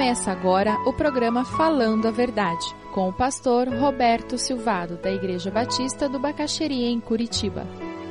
Começa agora o programa Falando a Verdade, com o pastor Roberto Silvado, da Igreja Batista do Bacaxeria, em Curitiba.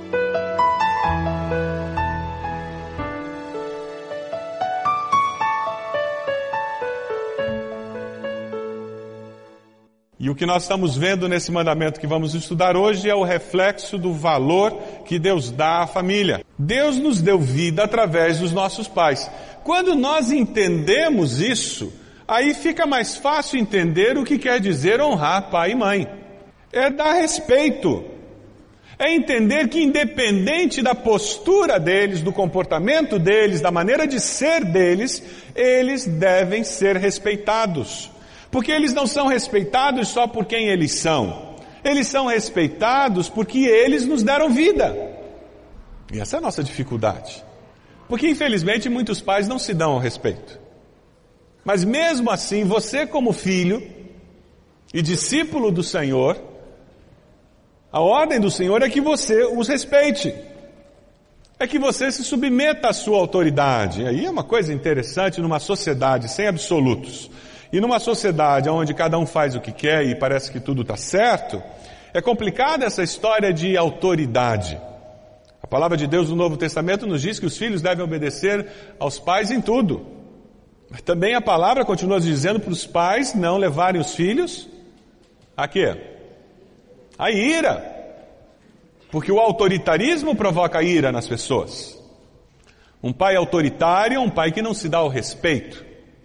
E o que nós estamos vendo nesse mandamento que vamos estudar hoje é o reflexo do valor que Deus dá à família. Deus nos deu vida através dos nossos pais. Quando nós entendemos isso, aí fica mais fácil entender o que quer dizer honrar pai e mãe. É dar respeito. É entender que independente da postura deles, do comportamento deles, da maneira de ser deles, eles devem ser respeitados. Porque eles não são respeitados só por quem eles são. Eles são respeitados porque eles nos deram vida. E essa é a nossa dificuldade. Porque infelizmente muitos pais não se dão ao respeito. Mas mesmo assim, você como filho e discípulo do Senhor, a ordem do Senhor é que você os respeite. É que você se submeta à sua autoridade. E aí é uma coisa interessante numa sociedade sem absolutos. E numa sociedade onde cada um faz o que quer e parece que tudo está certo, é complicada essa história de autoridade. A palavra de Deus no Novo Testamento nos diz que os filhos devem obedecer aos pais em tudo. Mas também a palavra continua dizendo para os pais não levarem os filhos a quê? A ira. Porque o autoritarismo provoca ira nas pessoas. Um pai autoritário é um pai que não se dá ao respeito.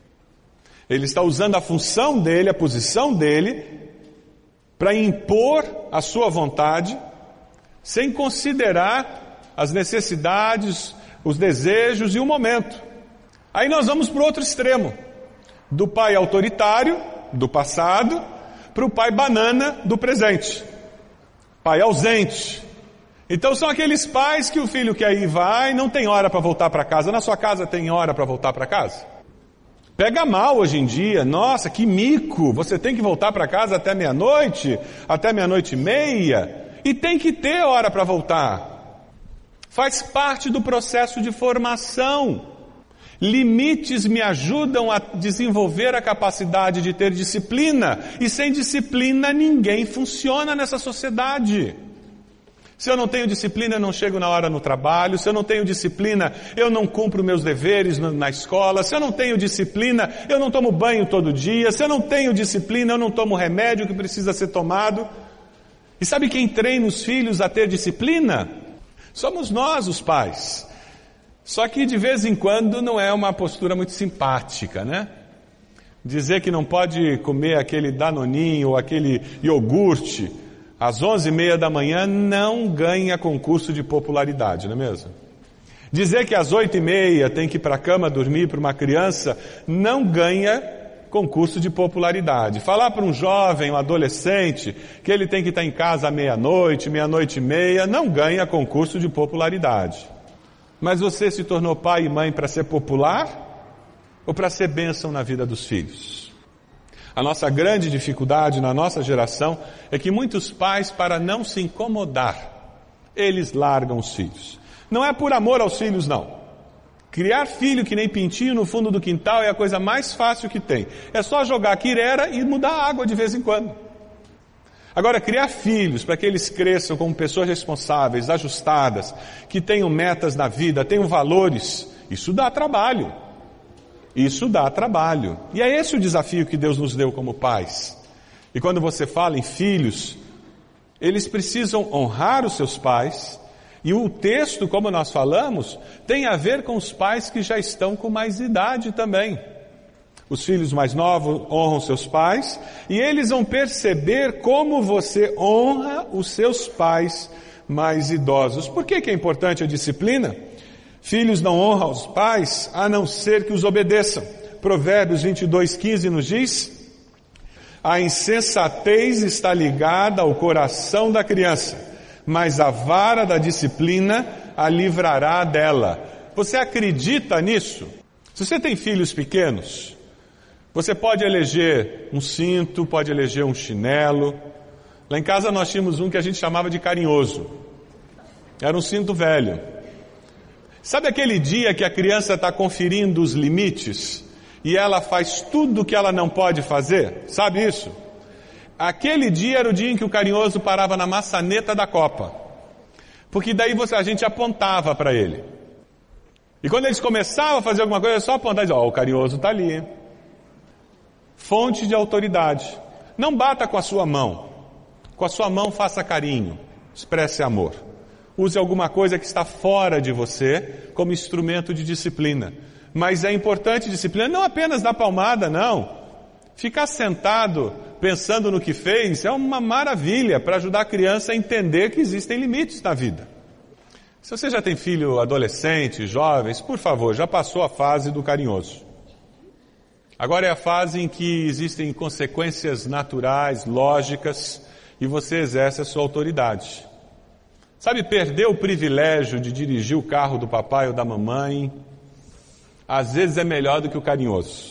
Ele está usando a função dele, a posição dele, para impor a sua vontade, sem considerar as necessidades, os desejos e o momento. Aí nós vamos para o outro extremo, do pai autoritário, do passado, para o pai banana do presente, pai ausente. Então são aqueles pais que o filho quer ir e vai, não tem hora para voltar para casa. Na sua casa tem hora para voltar para casa? Pega mal hoje em dia, nossa, que mico, você tem que voltar para casa até meia-noite e meia, e tem que ter hora para voltar. Faz parte do processo de formação. Limites me ajudam a desenvolver a capacidade de ter disciplina, e sem disciplina ninguém funciona nessa sociedade. Se eu não tenho disciplina, eu não chego na hora no trabalho. Se eu não tenho disciplina, eu não cumpro meus deveres na escola. Se eu não tenho disciplina, eu não tomo banho todo dia. Se eu não tenho disciplina, eu não tomo o remédio que precisa ser tomado. E sabe quem treina os filhos a ter disciplina? Somos nós, os pais. Só que de vez em quando não é uma postura muito simpática, né? Dizer que não pode comer aquele danoninho ou aquele iogurte às 11h30 da manhã não ganha concurso de popularidade, não é mesmo? Dizer que às 8h30 tem que ir para a cama dormir para uma criança não ganha concurso de popularidade. Falar para um jovem, um adolescente, que ele tem que estar em casa à meia-noite, meia-noite e meia, não ganha concurso de popularidade. Mas você se tornou pai e mãe para ser popular ou para ser bênção na vida dos filhos? A nossa grande dificuldade na nossa geração é que muitos pais, para não se incomodar, eles largam os filhos. Não é por amor aos filhos, não. Criar filho que nem pintinho no fundo do quintal é a coisa mais fácil que tem. É só jogar quirera e mudar a água de vez em quando. Agora, criar filhos para que eles cresçam como pessoas responsáveis, ajustadas, que tenham metas na vida, tenham valores, isso dá trabalho. Isso dá trabalho. E é esse o desafio que Deus nos deu como pais. E quando você fala em filhos, eles precisam honrar os seus pais. E o texto, como nós falamos, tem a ver com os pais que já estão com mais idade também. Os filhos mais novos honram seus pais. E eles vão perceber como você honra os seus pais mais idosos. Por que é importante a disciplina? Filhos não honram os pais, a não ser que os obedeçam. Provérbios 22:15 nos diz: a insensatez está ligada ao coração da criança, mas a vara da disciplina a livrará dela. Você acredita nisso? Se você tem filhos pequenos, você pode eleger um cinto, pode eleger um chinelo. Lá em casa nós tínhamos um que a gente chamava de carinhoso. Era um cinto velho. Sabe aquele dia que a criança está conferindo os limites? e ela faz tudo o que ela não pode fazer? Sabe isso? Aquele dia era o dia em que o carinhoso parava na maçaneta da copa. Porque daí a gente apontava para ele. E quando eles começavam a fazer alguma coisa, é só apontar e dizer, o carinhoso está ali. Fonte de autoridade. Não bata com a sua mão. Com a sua mão faça carinho. Expresse amor. Use alguma coisa que está fora de você como instrumento de disciplina. Mas é importante disciplina, não apenas dar palmada, não. Ficar sentado pensando no que fez é uma maravilha para ajudar a criança a entender que existem limites na vida. Se você já tem filho adolescente, jovens, por favor, já passou a fase do carinhoso. Agora é a fase em que existem consequências naturais, lógicas, e você exerce a sua autoridade. Sabe, perder o privilégio de dirigir o carro do papai ou da mamãe, às vezes é melhor do que o carinhoso.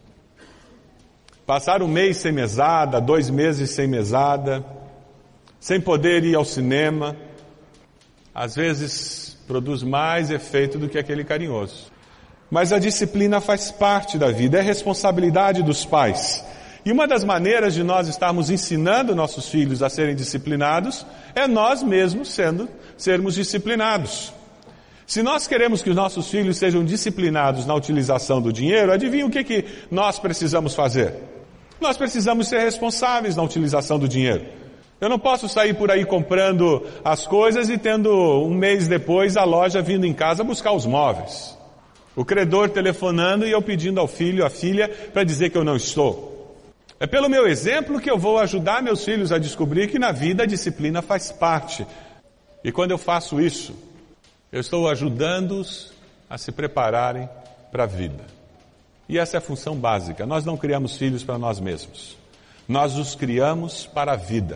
Passar um mês sem mesada, 2 meses sem mesada, sem poder ir ao cinema, às vezes produz mais efeito do que aquele carinhoso. Mas a disciplina faz parte da vida, é responsabilidade dos pais. E uma das maneiras de nós estarmos ensinando nossos filhos a serem disciplinados é nós mesmos sermos disciplinados. Se nós queremos que os nossos filhos sejam disciplinados na utilização do dinheiro, adivinha o que nós precisamos fazer? Nós precisamos ser responsáveis na utilização do dinheiro. Eu não posso sair por aí comprando as coisas e tendo um mês depois a loja vindo em casa buscar os móveis. O credor telefonando e eu pedindo ao filho, à filha, para dizer que eu não estou. É pelo meu exemplo que eu vou ajudar meus filhos a descobrir que na vida a disciplina faz parte. E quando eu faço isso, eu estou ajudando-os a se prepararem para a vida. E essa é a função básica. Nós não criamos filhos para nós mesmos. Nós os criamos para a vida.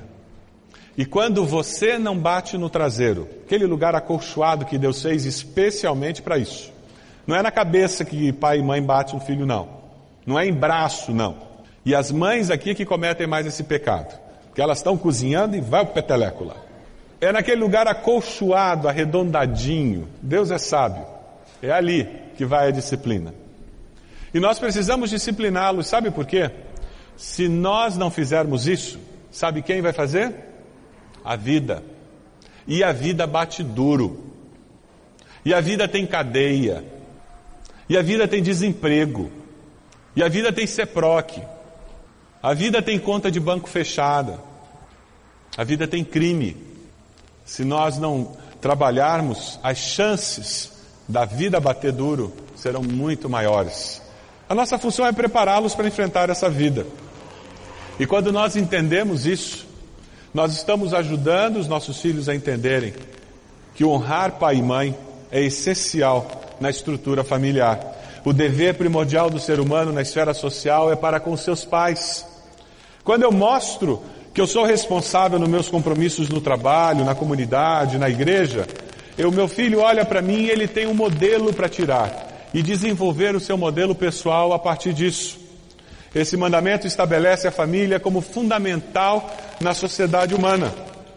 E quando você não bate no traseiro, aquele lugar acolchoado que Deus fez especialmente para isso. Não é na cabeça que pai e mãe batem no filho, não. Não é em braço, não. E as mães aqui que cometem mais esse pecado. Porque elas estão cozinhando e vai o peteleco lá. É naquele lugar acolchoado, arredondadinho. Deus é sábio. É ali que vai a disciplina. E nós precisamos discipliná-los, sabe por quê? Se nós não fizermos isso, sabe quem vai fazer? A vida. E a vida bate duro. E a vida tem cadeia. E a vida tem desemprego. E a vida tem CEPROC. A vida tem conta de banco fechada. A vida tem crime. Se nós não trabalharmos, as chances da vida bater duro serão muito maiores. A nossa função é prepará-los para enfrentar essa vida. E quando nós entendemos isso, nós estamos ajudando os nossos filhos a entenderem que honrar pai e mãe é essencial na estrutura familiar. O dever primordial do ser humano na esfera social é para com seus pais. Quando eu mostro que eu sou responsável nos meus compromissos no trabalho, na comunidade, na igreja, meu filho olha para mim e ele tem um modelo para tirar e desenvolver o seu modelo pessoal a partir disso. Esse mandamento estabelece a família como fundamental na sociedade humana.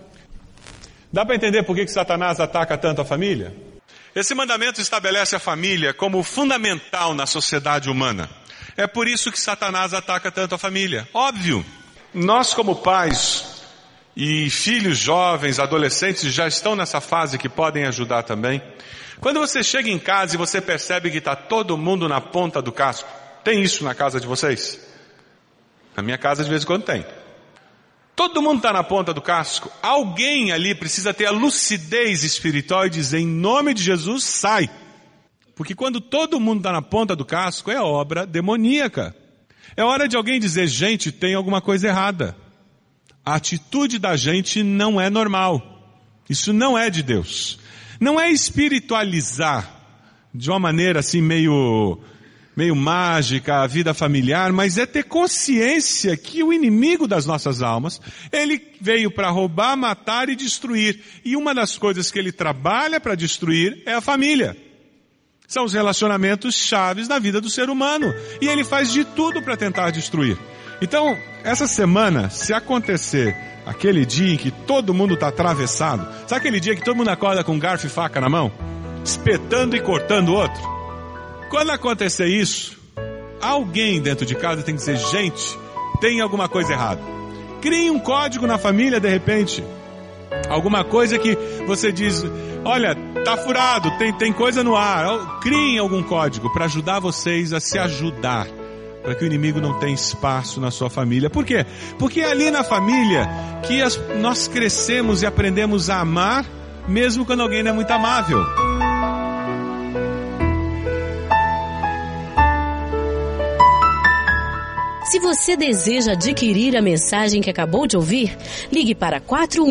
Dá para entender por que Satanás ataca tanto a família? Esse mandamento estabelece a família como fundamental na sociedade humana. É por isso que Satanás ataca tanto a família. Óbvio, nós como pais e filhos jovens, adolescentes, já estão nessa fase que podem ajudar também. Quando você chega em casa e você percebe que está todo mundo na ponta do casco, tem isso na casa de vocês? Na minha casa de vez em quando tem. Todo mundo está na ponta do casco. Alguém ali precisa ter a lucidez espiritual e dizer, em nome de Jesus, sai. Porque quando todo mundo está na ponta do casco, é obra demoníaca. É hora de alguém dizer, gente, tem alguma coisa errada. A atitude da gente não é normal. Isso não é de Deus. Não é espiritualizar de uma maneira assim meio mágica a vida familiar, mas é ter consciência que o inimigo das nossas almas, ele veio para roubar, matar e destruir. E uma das coisas que ele trabalha para destruir é a família. São os relacionamentos chaves na vida do ser humano. E ele faz de tudo para tentar destruir. Então, essa semana, se acontecer aquele dia em que todo mundo está atravessado, sabe aquele dia que todo mundo acorda com garfo e faca na mão? Espetando e cortando o outro? Quando acontecer isso, alguém dentro de casa tem que dizer, gente, tem alguma coisa errada. Crie um código na família, de repente. Alguma coisa que você diz, olha, tá furado, tem coisa no ar. Criem algum código para ajudar vocês a se ajudar, para que o inimigo não tenha espaço na sua família. Por quê? Porque é ali na família que nós crescemos e aprendemos a amar, mesmo quando alguém não é muito amável. Se você deseja adquirir a mensagem que acabou de ouvir, ligue para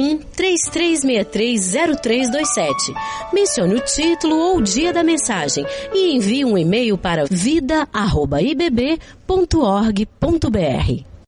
41-3363-0327. Mencione o título ou o dia da mensagem e envie um e-mail para vida@ibb.org.br.